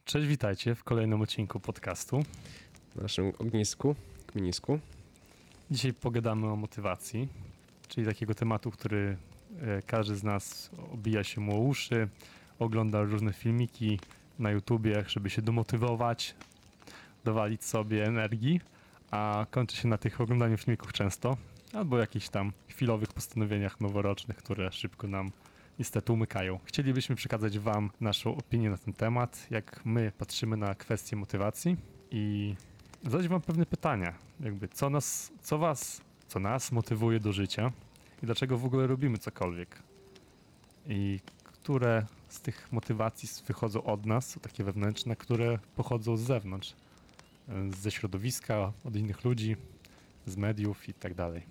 Cześć, witajcie w kolejnym odcinku podcastu. W naszym ognisku, kminisku. Dzisiaj pogadamy o motywacji, czyli takiego tematu, który każdy z nas obija się mu o uszy, ogląda różne filmiki na YouTubie, żeby się domotywować, dowalić sobie energii, a kończy się na tych oglądaniu filmików często, albo jakichś tam chwilowych postanowieniach noworocznych, które szybko nam niestety umykają. Chcielibyśmy przekazać Wam naszą opinię na ten temat, jak my patrzymy na kwestię motywacji i zadać Wam pewne pytania, jakby co nas motywuje do życia i dlaczego w ogóle robimy cokolwiek. I które z tych motywacji wychodzą od nas, takie wewnętrzne, które pochodzą z zewnątrz, ze środowiska, od innych ludzi, z mediów i tak dalej.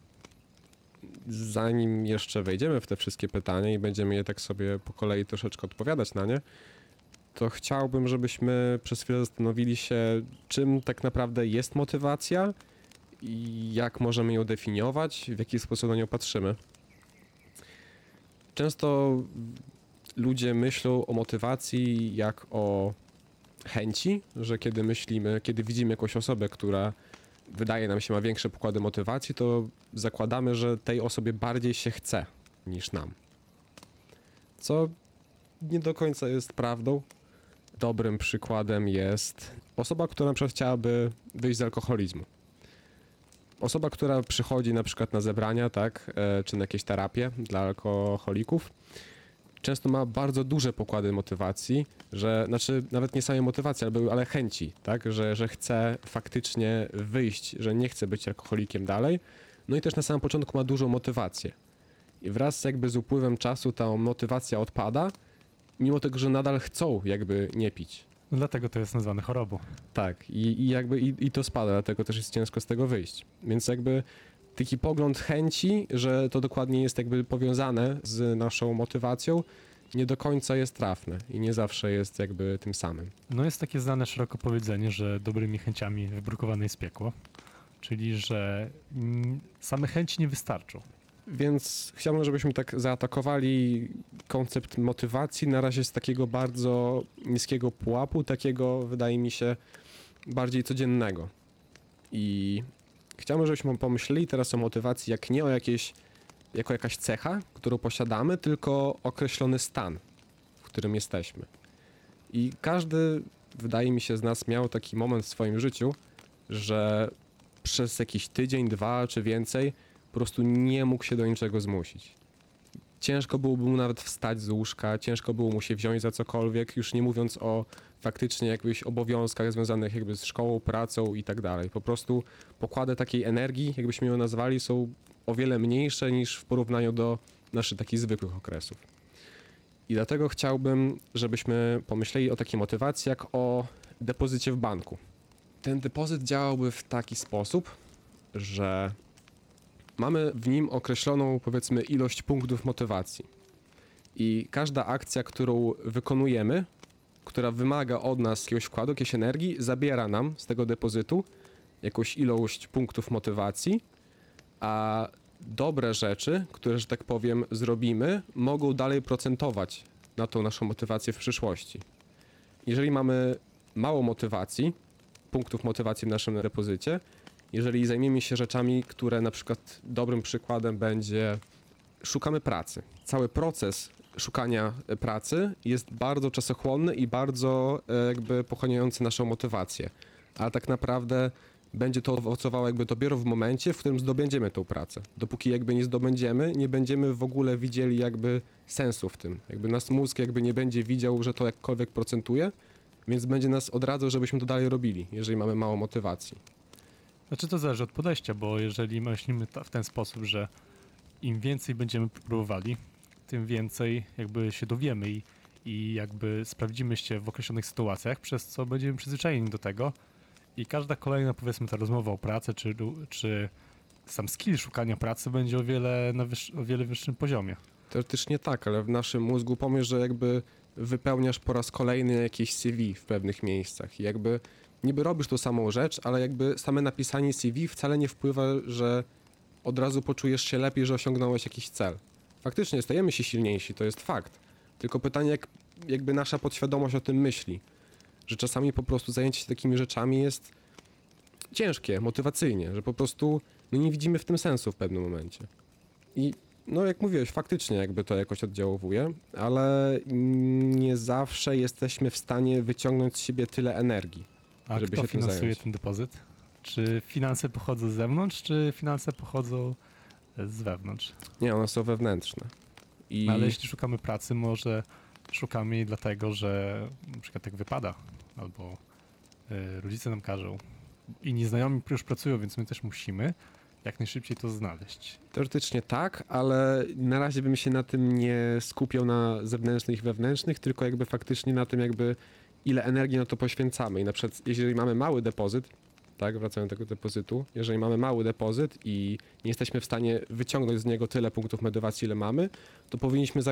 Zanim jeszcze wejdziemy w te wszystkie pytania i będziemy je tak sobie po kolei troszeczkę odpowiadać na nie, to chciałbym, żebyśmy przez chwilę zastanowili się, czym tak naprawdę jest motywacja i jak możemy ją definiować, w jaki sposób na nią patrzymy. Często ludzie myślą o motywacji jak o chęci, że kiedy widzimy jakąś osobę, która wydaje nam się ma większe pokłady motywacji, to zakładamy, że tej osobie bardziej się chce niż nam. Co nie do końca jest prawdą. Dobrym przykładem jest osoba, która na przykład chciałaby wyjść z alkoholizmu. Osoba, która przychodzi na przykład na zebrania, czy na jakieś terapie dla alkoholików, często ma bardzo duże pokłady motywacji, nawet nie samej motywacji, ale chęci, że chce faktycznie wyjść, że nie chce być alkoholikiem dalej. No i też na samym początku ma dużą motywację. I wraz z upływem czasu ta motywacja odpada, mimo tego, że nadal chcą nie pić. No dlatego to jest nazwane chorobą. Tak, i to spada, dlatego też jest ciężko z tego wyjść. Więc taki pogląd chęci, że to dokładnie jest powiązane z naszą motywacją, nie do końca jest trafne i nie zawsze jest tym samym. No jest takie znane szeroko powiedzenie, że dobrymi chęciami wybrukowane jest piekło, czyli że same chęci nie wystarczą. Więc chciałbym, żebyśmy tak zaatakowali koncept motywacji na razie z takiego bardzo niskiego pułapu, takiego wydaje mi się bardziej codziennego. I chciałbym, żebyśmy pomyśleli teraz o motywacji jako jakaś cecha, którą posiadamy, tylko określony stan, w którym jesteśmy. I każdy, wydaje mi się, z nas miał taki moment w swoim życiu, że przez jakiś tydzień, 2 czy więcej po prostu nie mógł się do niczego zmusić. Ciężko byłoby mu nawet wstać z łóżka, ciężko było mu się wziąć za cokolwiek, już nie mówiąc o faktycznie jakichś obowiązkach związanych z szkołą, pracą i tak dalej. Po prostu pokłady takiej energii, jakbyśmy ją nazwali, są o wiele mniejsze niż w porównaniu do naszych takich zwykłych okresów. I dlatego chciałbym, żebyśmy pomyśleli o takiej motywacji jak o depozycie w banku. Ten depozyt działałby w taki sposób, że mamy w nim określoną, powiedzmy, ilość punktów motywacji. I każda akcja, którą wykonujemy, która wymaga od nas jakiegoś wkładu, jakiejś energii, zabiera nam z tego depozytu jakąś ilość punktów motywacji, a dobre rzeczy, które, że tak powiem, zrobimy, mogą dalej procentować na tą naszą motywację w przyszłości. Jeżeli mamy mało motywacji, punktów motywacji w naszym depozycie, jeżeli zajmiemy się rzeczami, które na przykład dobrym przykładem będzie szukamy pracy. Cały proces szukania pracy jest bardzo czasochłonny i bardzo pochłaniający naszą motywację. Ale tak naprawdę będzie to owocowało dopiero w momencie, w którym zdobędziemy tą pracę. Dopóki nie zdobędziemy, nie będziemy w ogóle widzieli sensu w tym. Nasz mózg nie będzie widział, że to jakkolwiek procentuje, więc będzie nas odradzał, żebyśmy to dalej robili, jeżeli mamy mało motywacji. Znaczy to zależy od podejścia, bo jeżeli myślimy w ten sposób, że im więcej będziemy próbowali, tym więcej się dowiemy i sprawdzimy się w określonych sytuacjach, przez co będziemy przyzwyczajeni do tego i każda kolejna, powiedzmy, ta rozmowa o pracy, czy sam skill szukania pracy będzie o wiele wyższym poziomie. Teoretycznie tak, ale w naszym mózgu pomyśl, że wypełniasz po raz kolejny jakieś CV w pewnych miejscach i niby robisz tą samą rzecz, ale same napisanie CV wcale nie wpływa, że od razu poczujesz się lepiej, że osiągnąłeś jakiś cel. Faktycznie stajemy się silniejsi, to jest fakt. Tylko pytanie, nasza podświadomość o tym myśli. że czasami po prostu zajęcie się takimi rzeczami jest ciężkie, motywacyjnie, że po prostu no nie widzimy w tym sensu w pewnym momencie. I no jak mówiłeś, faktycznie jakby to jakoś oddziałuje, ale nie zawsze jesteśmy w stanie wyciągnąć z siebie tyle energii. A żeby kto się tym finansuje zająć. ten depozyt? Czy finanse pochodzą z zewnątrz, czy finanse pochodzą z wewnątrz? Nie, one są wewnętrzne. I Ale jeśli szukamy pracy, może szukamy jej dlatego, że na przykład tak wypada, albo rodzice nam każą. Inni znajomi już pracują, więc my też musimy jak najszybciej to znaleźć. teoretycznie tak, ale na razie bym się na tym nie skupiał na zewnętrznych i wewnętrznych, tylko jakby faktycznie na tym jakby ile energii na to poświęcamy. I na przykład jeżeli mamy mały depozyt, tak, wracając do tego depozytu, jeżeli mamy mały depozyt i nie jesteśmy w stanie wyciągnąć z niego tyle punktów motywacji, ile mamy, to powinniśmy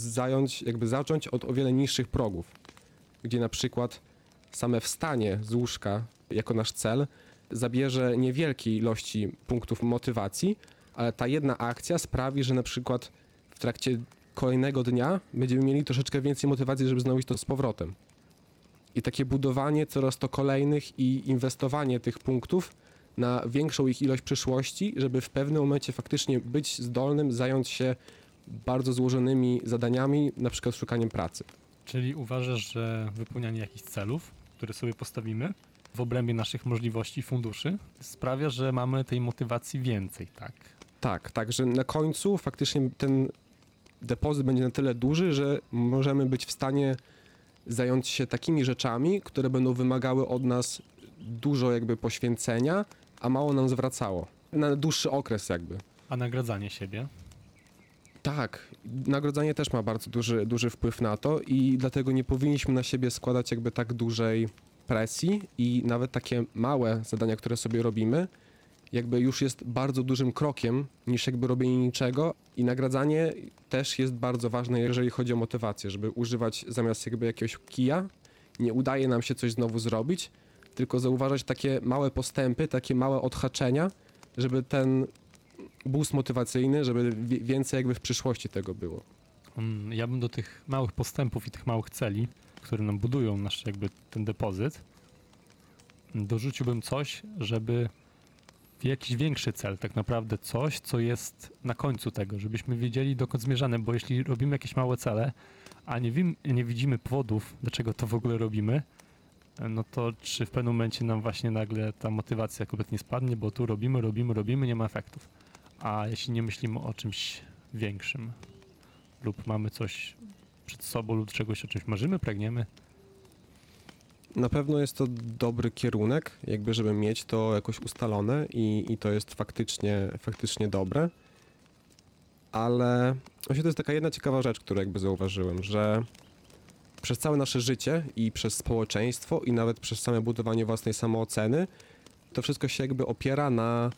zacząć od o wiele niższych progów, gdzie na przykład same wstanie z łóżka jako nasz cel zabierze niewielkiej ilości punktów motywacji, ale ta jedna akcja sprawi, że na przykład w trakcie kolejnego dnia będziemy mieli troszeczkę więcej motywacji, żeby znowu iść to z powrotem. I takie budowanie coraz to kolejnych i inwestowanie tych punktów na większą ich ilość przyszłości, żeby w pewnym momencie faktycznie być zdolnym zająć się bardzo złożonymi zadaniami, na przykład szukaniem pracy. Czyli uważasz, że wypełnianie jakichś celów, które sobie postawimy w obrębie naszych możliwości, funduszy, sprawia, że mamy tej motywacji więcej, tak? Tak, także na końcu faktycznie ten depozyt będzie na tyle duży, że możemy być w stanie zająć się takimi rzeczami, które będą wymagały od nas dużo jakby poświęcenia, a mało nam zwracało. Na dłuższy okres jakby. A nagradzanie siebie? Tak, nagrodzenie też ma bardzo duży wpływ na to i dlatego nie powinniśmy na siebie składać jakby tak dużej presji i nawet takie małe zadania, które sobie robimy, jakby już jest bardzo dużym krokiem niż jakby robienie niczego i nagradzanie też jest bardzo ważne, jeżeli chodzi o motywację, żeby używać zamiast jakby jakiegoś kija, nie udaje nam się coś znowu zrobić, tylko zauważać takie małe postępy, takie małe odhaczenia, żeby ten boost motywacyjny, żeby więcej jakby w przyszłości tego było. Ja bym do tych małych postępów i tych małych celi, które nam budują nasz jakby ten depozyt, dorzuciłbym coś, żeby jakiś większy cel, tak naprawdę coś, co jest na końcu tego, żebyśmy wiedzieli, dokąd zmierzamy, bo jeśli robimy jakieś małe cele, a nie widzimy powodów, dlaczego to w ogóle robimy, no to czy w pewnym momencie nam właśnie nagle ta motywacja kompletnie spadnie, bo tu robimy, nie ma efektów. A jeśli nie myślimy o czymś większym lub mamy coś przed sobą lub czegoś, o czymś marzymy, pragniemy, Na pewno jest to dobry kierunek, jakby żeby mieć to jakoś ustalone i to jest faktycznie dobre, ale właśnie to jest taka jedna ciekawa rzecz, którą jakby zauważyłem, że przez całe nasze życie i przez społeczeństwo i nawet przez same budowanie własnej samooceny, to wszystko się jakby opiera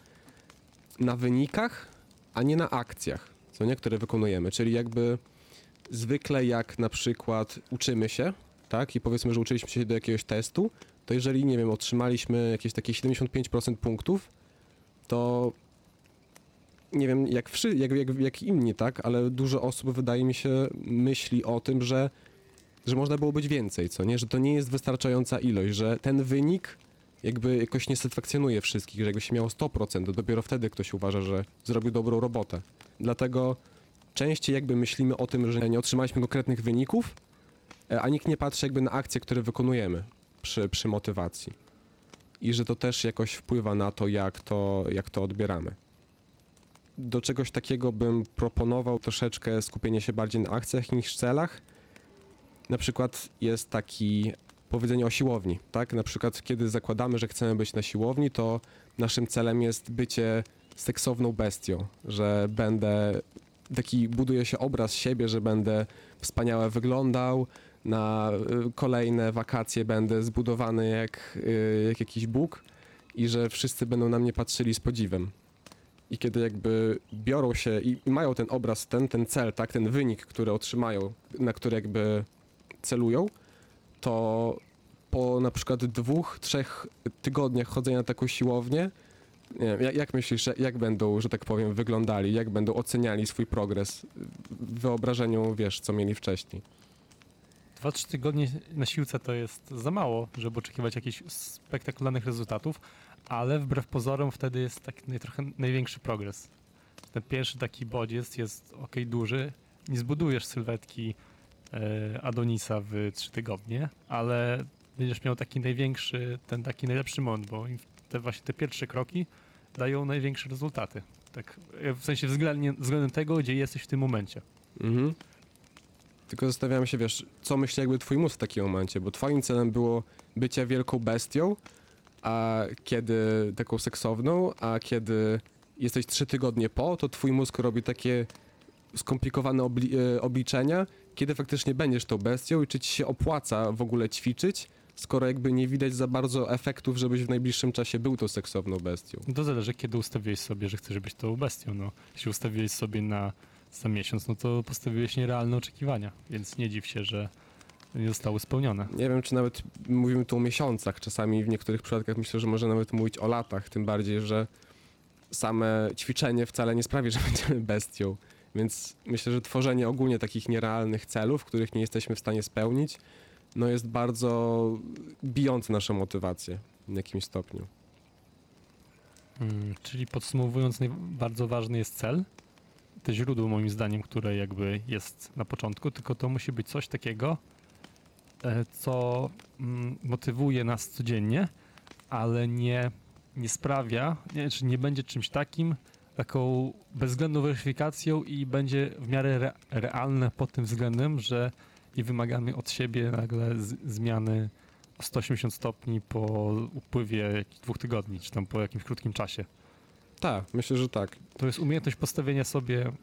na wynikach, a nie na akcjach, co nie, które wykonujemy, czyli jakby zwykle jak na przykład uczymy się, tak, i powiedzmy, że uczyliśmy się do jakiegoś testu, to jeżeli, nie wiem, otrzymaliśmy jakieś takie 75% punktów, to nie wiem, jak inni, tak, ale dużo osób, wydaje mi się, myśli o tym, że można było być więcej, co nie, że to nie jest wystarczająca ilość, że ten wynik jakby jakoś nie satysfakcjonuje wszystkich, że jakby się miało 100%, to dopiero wtedy ktoś uważa, że zrobił dobrą robotę. Dlatego częściej jakby myślimy o tym, że nie otrzymaliśmy konkretnych wyników, a nikt nie patrzy jakby na akcje, które wykonujemy przy motywacji. I że to też jakoś wpływa na to, jak to odbieramy. Do czegoś takiego bym proponował troszeczkę skupienie się bardziej na akcjach niż celach. Na przykład jest takie powiedzenie o siłowni, tak? Na przykład kiedy zakładamy, że chcemy być na siłowni, to naszym celem jest bycie seksowną bestią, że buduje się obraz siebie, że będę wspaniale wyglądał, na kolejne wakacje będę zbudowany jak jakiś Bóg i że wszyscy będą na mnie patrzyli z podziwem. I kiedy jakby biorą się i mają ten obraz, ten cel, tak, ten wynik, który otrzymają, na który jakby celują, to po na przykład 2-3 tygodniach chodzenia na taką siłownię, nie wiem, jak myślisz, jak będą, że tak powiem, wyglądali, jak będą oceniali swój progres w wyobrażeniu, wiesz, co mieli wcześniej? 2-3 tygodnie na siłce to jest za mało, żeby oczekiwać jakichś spektakularnych rezultatów, ale wbrew pozorom wtedy jest taki trochę największy progres. Ten pierwszy taki bodziec jest duży, nie zbudujesz sylwetki Adonisa w 3 tygodnie, ale będziesz miał taki największy, ten taki najlepszy moment, bo właśnie te pierwsze kroki dają największe rezultaty. Tak, w sensie względem tego, gdzie jesteś w tym momencie. Mhm. Tylko zastanawiam się, wiesz, co myśli jakby twój mózg w takim momencie, bo twoim celem było bycie wielką bestią, a kiedy taką seksowną, a kiedy jesteś 3 tygodnie po, to twój mózg robi takie skomplikowane obliczenia, kiedy faktycznie będziesz tą bestią i czy ci się opłaca w ogóle ćwiczyć, skoro jakby nie widać za bardzo efektów, żebyś w najbliższym czasie był tą seksowną bestią. To zależy, kiedy ustawiłeś sobie, że chcesz być tą bestią. No, jeśli ustawiłeś sobie za miesiąc, no to postawiłeś nierealne oczekiwania, więc nie dziw się, że nie zostały spełnione. Nie wiem, czy nawet mówimy tu o miesiącach, czasami w niektórych przypadkach myślę, że można nawet mówić o latach, tym bardziej, że same ćwiczenie wcale nie sprawi, że będziemy bestią. Więc myślę, że tworzenie ogólnie takich nierealnych celów, których nie jesteśmy w stanie spełnić, no jest bardzo bijące naszą motywację w jakimś stopniu. Czyli podsumowując, bardzo ważny jest cel, to źródło moim zdaniem, które jakby jest na początku, tylko to musi być coś takiego, co motywuje nas codziennie, ale nie sprawia, czy nie będzie czymś taką bezwzględną weryfikacją i będzie w miarę realne pod tym względem, że nie wymagamy od siebie nagle zmiany o 180 stopni po upływie 2 tygodni, czy tam po jakimś krótkim czasie. Tak, myślę, że tak. To jest umiejętność postawienia sobie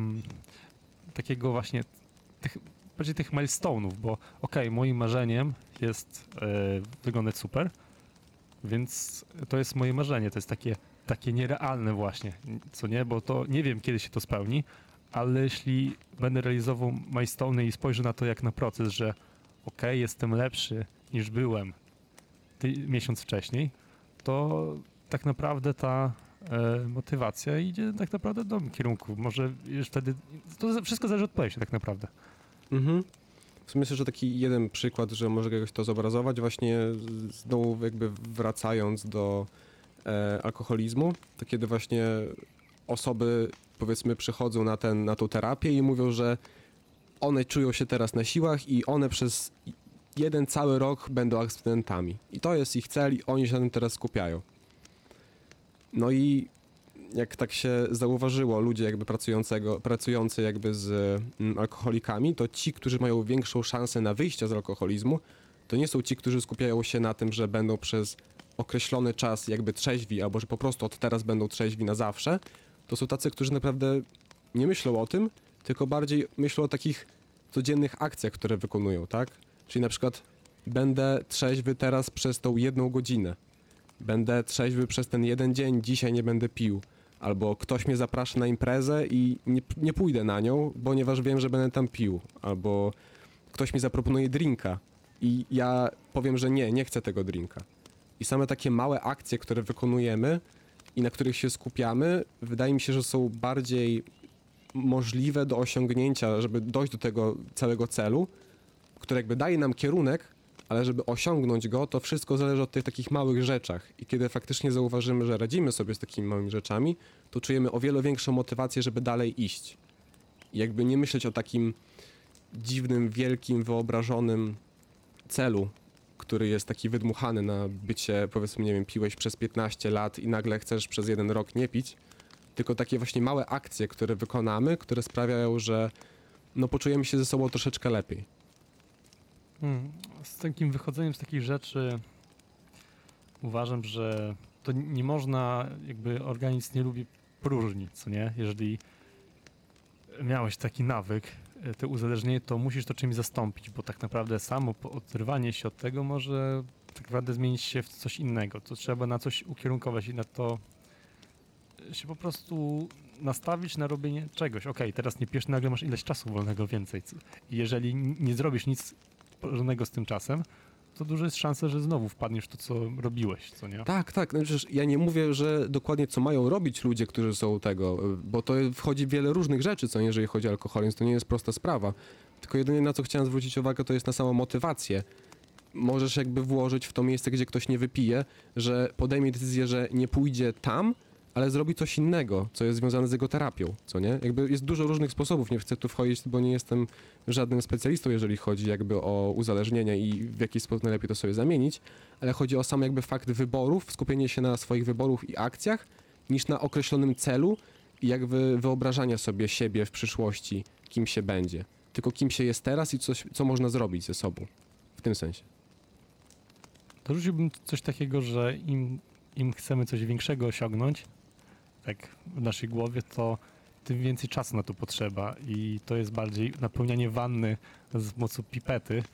takiego właśnie bardziej tych milestone'ów, bo moim marzeniem jest wyglądać super, więc to jest moje marzenie, to jest takie nierealne właśnie, co nie, bo to nie wiem, kiedy się to spełni, ale jeśli będę realizował milestone'y i spojrzę na to jak na proces, że jestem lepszy niż byłem miesiąc wcześniej, to tak naprawdę ta motywacja idzie tak naprawdę w dobrym kierunku. Może już wtedy, to wszystko zależy od podejścia tak naprawdę. Mhm. W sumie myślę, że taki jeden przykład, że może jakoś to zobrazować, właśnie znowu jakby wracając do alkoholizmu, to kiedy właśnie osoby powiedzmy przychodzą na tą terapię i mówią, że one czują się teraz na siłach i one przez jeden cały rok będą abstynentami. I to jest ich cel i oni się na tym teraz skupiają. No i jak tak się zauważyło, ludzie jakby pracujący jakby z alkoholikami, to ci, którzy mają większą szansę na wyjście z alkoholizmu, to nie są ci, którzy skupiają się na tym, że będą przez określony czas jakby trzeźwi, albo że po prostu od teraz będą trzeźwi na zawsze. To są tacy, którzy naprawdę nie myślą o tym, tylko bardziej myślą o takich codziennych akcjach, które wykonują, tak? Czyli na przykład będę trzeźwy teraz przez tą 1 godzinę. Będę trzeźwy przez ten 1 dzień, dzisiaj nie będę pił. Albo ktoś mnie zaprasza na imprezę i nie pójdę na nią, ponieważ wiem, że będę tam pił. Albo ktoś mi zaproponuje drinka i ja powiem, że nie chcę tego drinka. I same takie małe akcje, które wykonujemy i na których się skupiamy, wydaje mi się, że są bardziej możliwe do osiągnięcia, żeby dojść do tego całego celu, który jakby daje nam kierunek, ale żeby osiągnąć go, to wszystko zależy od tych takich małych rzeczach. I kiedy faktycznie zauważymy, że radzimy sobie z takimi małymi rzeczami, to czujemy o wiele większą motywację, żeby dalej iść. I jakby nie myśleć o takim dziwnym, wielkim, wyobrażonym celu, który jest taki wydmuchany na bycie, powiedzmy, nie wiem, piłeś przez 15 lat i nagle chcesz przez 1 rok nie pić, tylko takie właśnie małe akcje, które wykonamy, które sprawiają, że no poczujemy się ze sobą troszeczkę lepiej. Z takim wychodzeniem z takich rzeczy uważam, że to nie można, jakby organizm nie lubi próżni, co nie? Jeżeli miałeś taki nawyk, to uzależnienie, to musisz to czymś zastąpić, bo tak naprawdę samo oderwanie się od tego może tak naprawdę zmienić się w coś innego. To trzeba na coś ukierunkować i na to się po prostu nastawić na robienie czegoś. Teraz nie pijesz, nagle masz ileś czasu wolnego więcej. I jeżeli nie zrobisz nic porządnego z tym czasem, to duża jest szansa, że znowu wpadniesz w to, co robiłeś, co nie? Tak. No przecież ja nie mówię, że dokładnie co mają robić ludzie, którzy są tego, bo to wchodzi wiele różnych rzeczy, co jeżeli chodzi o alkoholizm, to nie jest prosta sprawa. Tylko jedynie na co chciałem zwrócić uwagę, to jest na samą motywację. Możesz jakby włożyć w to miejsce, gdzie ktoś nie wypije, że podejmie decyzję, że nie pójdzie tam, ale zrobi coś innego, co jest związane z jego terapią, co nie? Jakby jest dużo różnych sposobów, nie chcę tu wchodzić, bo nie jestem żadnym specjalistą, jeżeli chodzi jakby o uzależnienia i w jaki sposób najlepiej to sobie zamienić, ale chodzi o sam jakby fakt wyborów, skupienie się na swoich wyborów i akcjach, niż na określonym celu i jakby wyobrażania sobie siebie w przyszłości, kim się będzie. Tylko kim się jest teraz i co można zrobić ze sobą. W tym sensie. Dorzuciłbym coś takiego, że im chcemy coś większego osiągnąć, tak w naszej głowie, to tym więcej czasu na to potrzeba i to jest bardziej napełnianie wanny z pomocą pipety,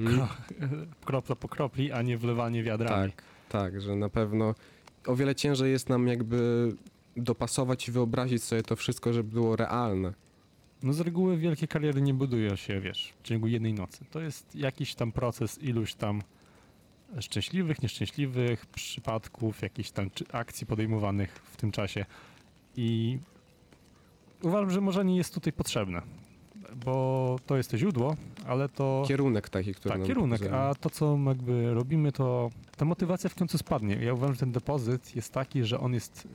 kropla po kropli, a nie wlewanie wiadrami. Tak, że na pewno o wiele ciężej jest nam jakby dopasować i wyobrazić sobie to wszystko, żeby było realne. No z reguły wielkie kariery nie budują się, wiesz, w ciągu jednej nocy. To jest jakiś tam proces iluś tam szczęśliwych, nieszczęśliwych przypadków, jakichś tam akcji podejmowanych w tym czasie. I uważam, że marzenie jest tutaj potrzebne, bo to jest to źródło, ale to... Kierunek taki, który Tak, nam kierunek, pokazuje. a to co jakby robimy, to ta motywacja w końcu spadnie. Ja uważam, że ten depozyt jest taki, że on jest,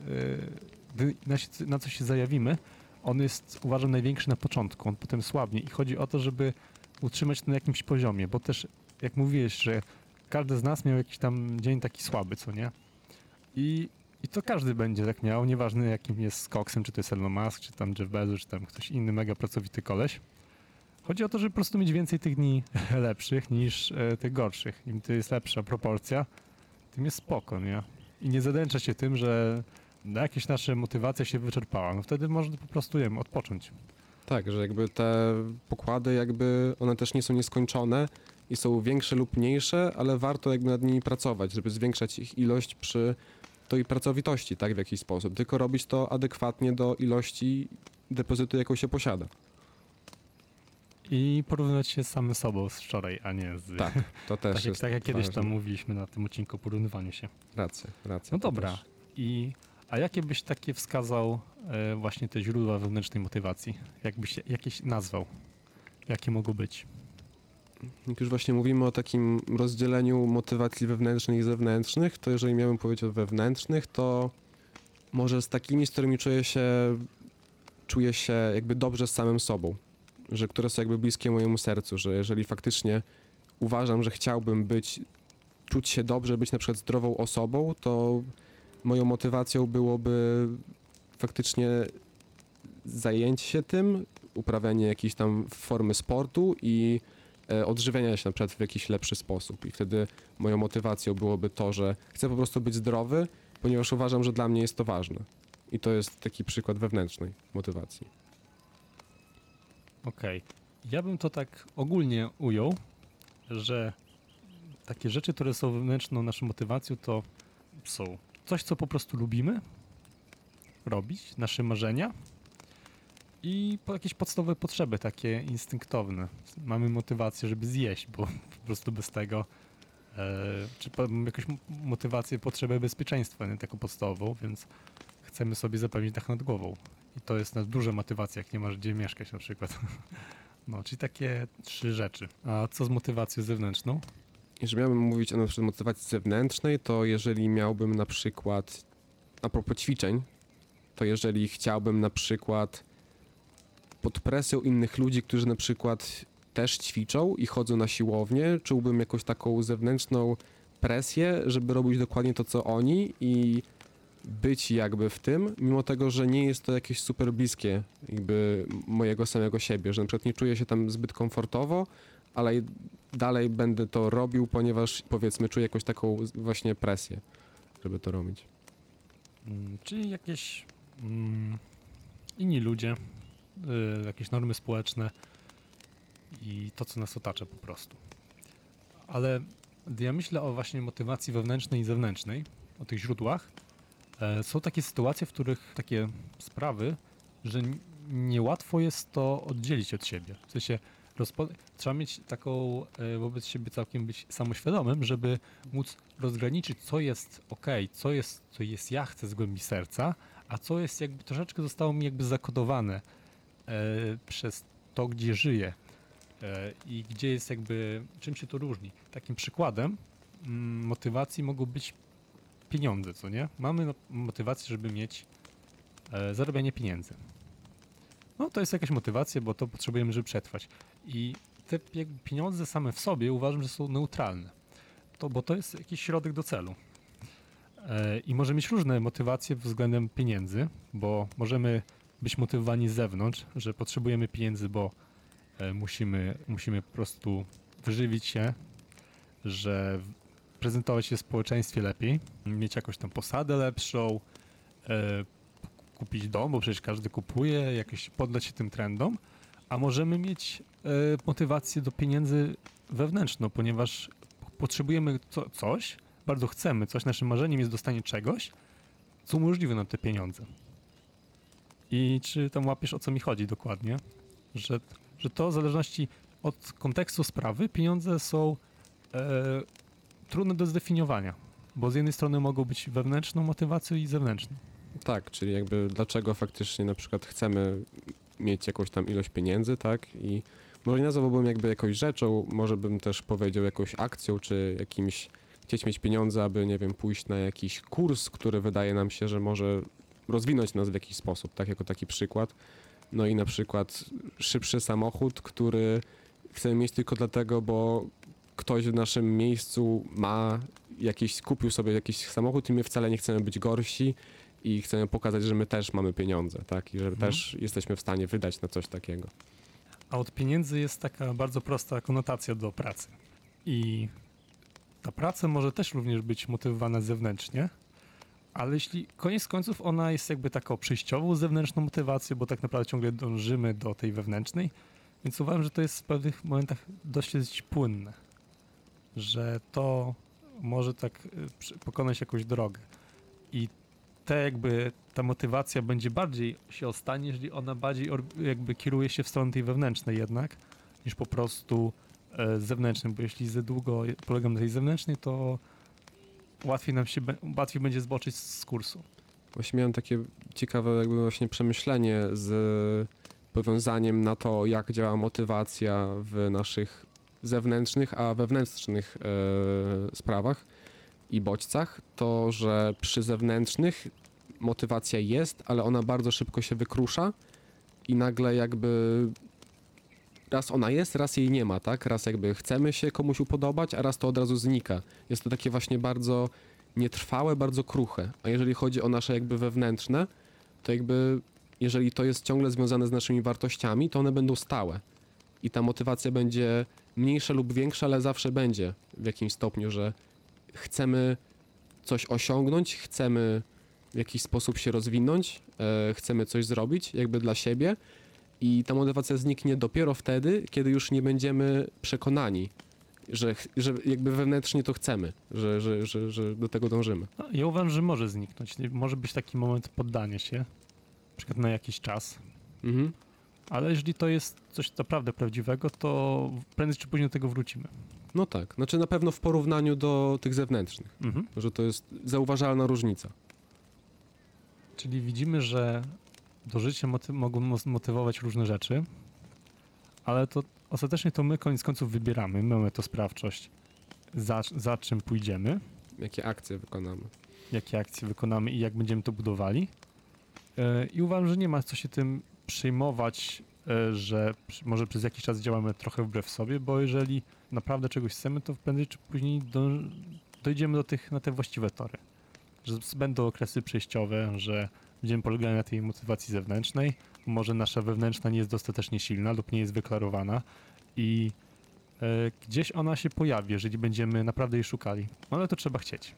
na co się zajawimy, on jest, uważam, największy na początku, on potem słabnie i chodzi o to, żeby utrzymać to na jakimś poziomie, bo też, jak mówiłeś, że każdy z nas miał jakiś tam dzień taki słaby, co nie? I to każdy będzie tak miał, nieważne jakim jest koksem, czy to jest Elon Musk, czy tam Jeff Bezos, czy tam ktoś inny mega pracowity koleś. Chodzi o to, żeby po prostu mieć więcej tych dni lepszych niż tych gorszych. Im to jest lepsza proporcja, tym jest spoko, nie? I nie zadęcza się tym, że jakieś nasze motywacja się wyczerpała. No wtedy można po prostu, nie wiem, odpocząć. Tak, że jakby te pokłady jakby one też nie są nieskończone i są większe lub mniejsze, ale warto jakby nad nimi pracować, żeby zwiększać ich ilość przy tej pracowitości, tak, w jakiś sposób. Tylko robić to adekwatnie do ilości depozytu, jaką się posiada. I porównywać się z samym sobą z wczoraj, a nie z... Tak, to też tak, jest tak jak kiedyś ważne. tam mówiliśmy na tym odcinku o porównywaniu się. Racja. No to dobra. też. A jakie byś takie wskazał właśnie te źródła wewnętrznej motywacji? Jakbyś jakieś nazwał? Jakie mogą być? Jak już właśnie mówimy o takim rozdzieleniu motywacji wewnętrznych i zewnętrznych, to jeżeli miałbym powiedzieć o wewnętrznych, to może z takimi, z którymi czuję się jakby dobrze z samym sobą, że które są jakby bliskie mojemu sercu, że jeżeli faktycznie uważam, że chciałbym czuć się dobrze, być na przykład zdrową osobą, to moją motywacją byłoby faktycznie zajęcie się tym, uprawianie jakiejś tam formy sportu i odżywiania się na przykład w jakiś lepszy sposób. I wtedy moją motywacją byłoby to, że chcę po prostu być zdrowy, ponieważ uważam, że dla mnie jest to ważne. I to jest taki przykład wewnętrznej motywacji. Okej. Ja bym to tak ogólnie ujął, że takie rzeczy, które są wewnętrzną naszą motywacją, to są coś, co po prostu lubimy robić, nasze marzenia i jakieś podstawowe potrzeby, takie instynktowne. Mamy motywację, żeby zjeść, bo po prostu bez tego czy jakąś motywację, potrzebę bezpieczeństwa, nie taką podstawową, więc chcemy sobie zapewnić dach nad głową. I to jest duża motywacja, jak nie masz gdzie mieszkać na przykład. No, czyli takie 3 rzeczy. A co z motywacją zewnętrzną? Jeżeli miałbym mówić o na przykład motywacji zewnętrznej, to jeżeli miałbym na przykład, a propos ćwiczeń, to jeżeli chciałbym na przykład pod presją innych ludzi, którzy na przykład też ćwiczą i chodzą na siłownię, czułbym jakąś taką zewnętrzną presję, żeby robić dokładnie to, co oni i być jakby w tym, mimo tego, że nie jest to jakieś super bliskie jakby mojego samego siebie, że na przykład nie czuję się tam zbyt komfortowo, ale dalej będę to robił, ponieważ powiedzmy czuję jakąś taką właśnie presję, żeby to robić. Czyli jakieś inni ludzie, jakieś normy społeczne i to, co nas otacza po prostu. Ale gdy ja myślę o właśnie motywacji wewnętrznej i zewnętrznej, o tych źródłach, są takie sytuacje, w których takie sprawy, że niełatwo jest to oddzielić od siebie. W sensie trzeba mieć taką wobec siebie całkiem być samoświadomym, żeby móc rozgraniczyć, co jest okej, co jest ja chcę z głębi serca, a co jest jakby troszeczkę zostało mi jakby zakodowane przez to, gdzie żyję. i gdzie jest jakby, czym się to różni. Takim przykładem motywacji mogą być pieniądze, co nie? Mamy motywację, żeby mieć zarabianie pieniędzy. No to jest jakaś motywacja, bo to potrzebujemy, żeby przetrwać. I te jakby pieniądze same w sobie uważam, że są neutralne. Bo to jest jakiś środek do celu. I może mieć różne motywacje względem pieniędzy, bo możemy być motywowani z zewnątrz, że potrzebujemy pieniędzy, bo musimy po prostu wyżywić się, że prezentować się w społeczeństwie lepiej, mieć jakąś tam posadę lepszą, kupić dom, bo przecież każdy kupuje, jakoś poddać się tym trendom, a możemy mieć motywację do pieniędzy wewnętrzną, ponieważ potrzebujemy coś, bardzo chcemy coś, naszym marzeniem jest dostanie czegoś, co umożliwi nam te pieniądze. I czy tam łapiesz, o co mi chodzi dokładnie? Że to w zależności od kontekstu sprawy pieniądze są trudne do zdefiniowania, bo z jednej strony mogą być wewnętrzną motywacją i zewnętrzną. Tak, czyli jakby dlaczego faktycznie na przykład chcemy mieć jakąś tam ilość pieniędzy, tak? I może nie nazwałbym jakby jakąś rzeczą, może bym też powiedział jakąś akcją, czy chcieć mieć pieniądze, aby, nie wiem, pójść na jakiś kurs, który wydaje nam się, że może rozwinąć nas w jakiś sposób, tak? Jako taki przykład. No i na przykład szybszy samochód, który chcemy mieć tylko dlatego, bo ktoś w naszym miejscu kupił sobie jakiś samochód i my wcale nie chcemy być gorsi i chcemy pokazać, że my też mamy pieniądze, tak? I że też jesteśmy w stanie wydać na coś takiego. A od pieniędzy jest taka bardzo prosta konotacja do pracy. I ta praca może też również być motywowana zewnętrznie, ale jeśli koniec końców ona jest jakby taką przejściową zewnętrzną motywacją, bo tak naprawdę ciągle dążymy do tej wewnętrznej, więc uważam, że to jest w pewnych momentach dość płynne, że to może tak pokonać jakąś drogę. I ta motywacja będzie bardziej się ostanie, jeżeli ona bardziej jakby kieruje się w stronę tej wewnętrznej jednak, niż po prostu zewnętrznej, bo jeśli za długo polegam na tej zewnętrznej, to łatwiej będzie zboczyć z kursu. Właśnie miałem takie ciekawe jakby właśnie przemyślenie z powiązaniem na to, jak działa motywacja w naszych zewnętrznych, a wewnętrznych sprawach i bodźcach, to, że przy zewnętrznych motywacja jest, ale ona bardzo szybko się wykrusza i nagle jakby raz ona jest, raz jej nie ma, tak? Raz jakby chcemy się komuś upodobać, a raz to od razu znika. Jest to takie właśnie bardzo nietrwałe, bardzo kruche. A jeżeli chodzi o nasze jakby wewnętrzne, to jakby jeżeli to jest ciągle związane z naszymi wartościami, to one będą stałe. I ta motywacja będzie mniejsza lub większa, ale zawsze będzie w jakimś stopniu, że chcemy coś osiągnąć, chcemy w jakiś sposób się rozwinąć, chcemy coś zrobić jakby dla siebie i ta motywacja zniknie dopiero wtedy, kiedy już nie będziemy przekonani, że jakby wewnętrznie to chcemy, że do tego dążymy. No, ja uważam, że może zniknąć. Może być taki moment poddania się, na przykład na jakiś czas, ale jeżeli to jest coś naprawdę prawdziwego, to prędzej czy później do tego wrócimy. No tak, znaczy na pewno w porównaniu do tych zewnętrznych, że to jest zauważalna różnica. Czyli widzimy, że do życia mogą motywować różne rzeczy, ale to ostatecznie to my koniec końców wybieramy, mamy to sprawczość, za czym pójdziemy, Jakie akcje wykonamy. jakie akcje wykonamy i jak będziemy to budowali. I uważam, że nie ma co się tym przejmować, że może przez jakiś czas działamy trochę wbrew sobie, bo jeżeli naprawdę czegoś chcemy, to prędzej czy później dojdziemy na te właściwe tory. Że będą okresy przejściowe, że będziemy polegali na tej motywacji zewnętrznej, może nasza wewnętrzna nie jest dostatecznie silna lub nie jest wyklarowana i gdzieś ona się pojawi, jeżeli będziemy naprawdę jej szukali. No ale to trzeba chcieć.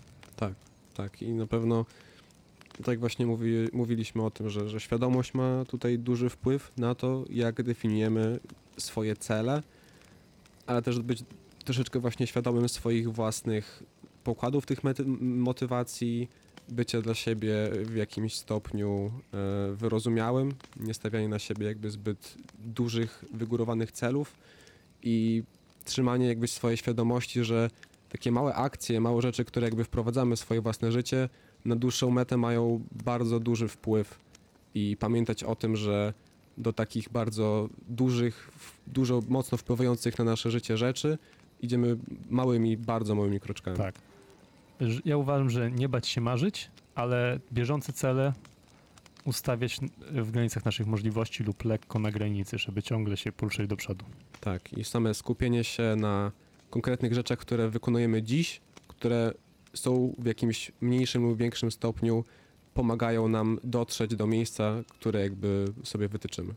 Tak i na pewno tak właśnie mówiliśmy o tym, że świadomość ma tutaj duży wpływ na to, jak definiujemy swoje cele, ale też być troszeczkę właśnie świadomym swoich własnych pokładów tych motywacji, bycia dla siebie w jakimś stopniu wyrozumiałym, nie stawianie na siebie jakby zbyt dużych, wygórowanych celów i trzymanie jakby swojej świadomości, że takie małe akcje, małe rzeczy, które jakby wprowadzamy w swoje własne życie, na dłuższą metę mają bardzo duży wpływ i pamiętać o tym, że do takich bardzo dużych, dużo mocno wpływających na nasze życie rzeczy idziemy małymi, bardzo małymi kroczkami. Tak. Ja uważam, że nie bać się marzyć, ale bieżące cele ustawiać w granicach naszych możliwości lub lekko na granicy, żeby ciągle się poruszać do przodu. Tak, i same skupienie się na konkretnych rzeczach, które wykonujemy dziś, które są w jakimś mniejszym lub większym stopniu pomagają nam dotrzeć do miejsca, które jakby sobie wytyczymy.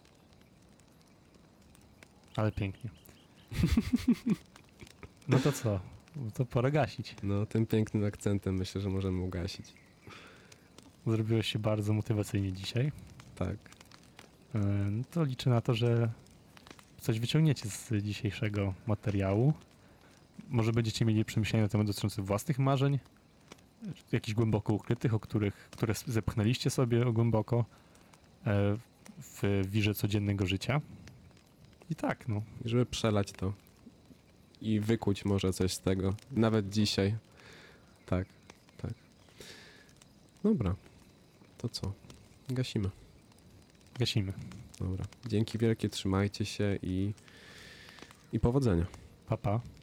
Ale pięknie. No to co? To pora gasić. No, tym pięknym akcentem myślę, że możemy ugasić. Zrobiłeś się bardzo motywacyjnie dzisiaj. Tak. No to liczę na to, że coś wyciągniecie z dzisiejszego materiału. Może będziecie mieli przemyślenia na temat dotyczących własnych marzeń, jakichś głęboko ukrytych, które zepchnęliście sobie głęboko w wirze codziennego życia. I tak, no. I żeby przelać to i wykuć może coś z tego, nawet dzisiaj. Tak, tak. Dobra, to co? Gasimy. Gasimy. Dobra. Dzięki wielkie, trzymajcie się i powodzenia. Pa, pa.